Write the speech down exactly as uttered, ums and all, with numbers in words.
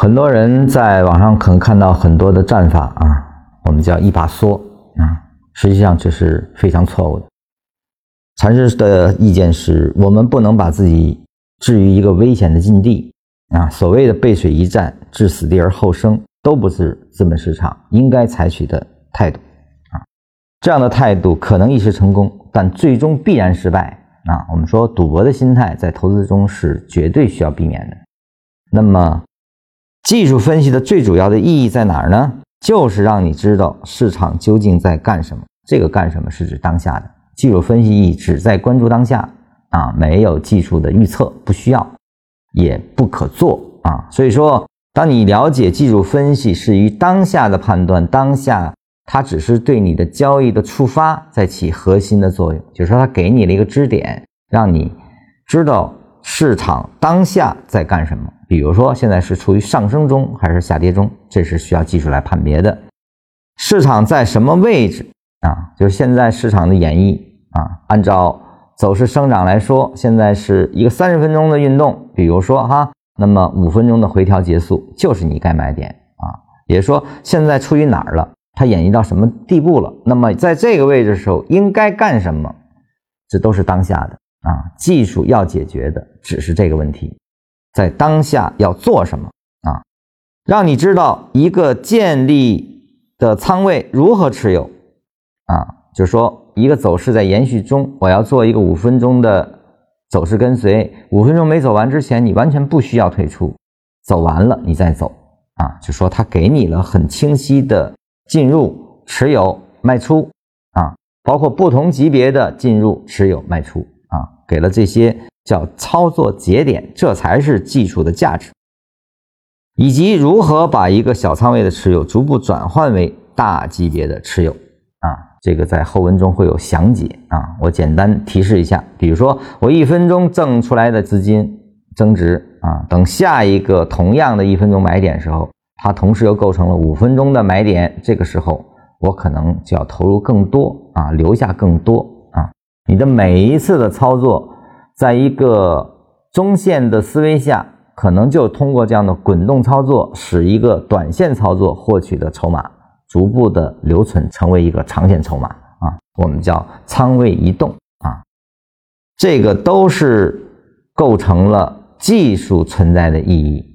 很多人在网上可能看到很多的战法啊，我们叫一把梭啊，实际上这是非常错误的。禅师的意见是，我们不能把自己置于一个危险的境地啊，所谓的背水一战、置死地而后生，都不是资本市场应该采取的态度啊。这样的态度可能一时成功，但最终必然失败啊。我们说赌博的心态在投资中是绝对需要避免的。那么技术分析的最主要的意义在哪儿呢？就是让你知道市场究竟在干什么。这个干什么是指当下的，技术分析意义只在关注当下啊，没有技术的预测，不需要，也不可做啊。所以说，当你了解技术分析是于当下的判断，当下它只是对你的交易的触发在起核心的作用，就是说它给你了一个支点，让你知道市场当下在干什么。比如说现在是处于上升中还是下跌中，这是需要技术来判别的。市场在什么位置啊？就是现在市场的演绎啊，按照走势生长来说，现在是一个三十分钟的运动，比如说哈，那么五分钟的回调结束就是你该买点啊。也就是说现在处于哪儿了，它演绎到什么地步了，那么在这个位置的时候应该干什么，这都是当下的啊。技术要解决的只是这个问题，在当下要做什么啊？让你知道一个建立的仓位如何持有啊，就是说一个走势在延续中，我要做一个五分钟的走势跟随，五分钟没走完之前你完全不需要退出，走完了你再走啊，就说它给你了很清晰的进入、持有、卖出啊，包括不同级别的进入、持有、卖出啊，给了这些叫操作节点，这才是技术的价值，以及如何把一个小仓位的持有逐步转换为大级别的持有啊，这个在后文中会有详解啊。我简单提示一下，比如说我一分钟挣出来的资金增值啊，等下一个同样的一分钟买点时候，它同时又构成了五分钟的买点，这个时候我可能就要投入更多啊，留下更多啊。你的每一次的操作在一个中线的思维下，可能就通过这样的滚动操作，使一个短线操作获取的筹码逐步的留存，成为一个长线筹码啊，我们叫仓位移动啊。这个都是构成了技术存在的意义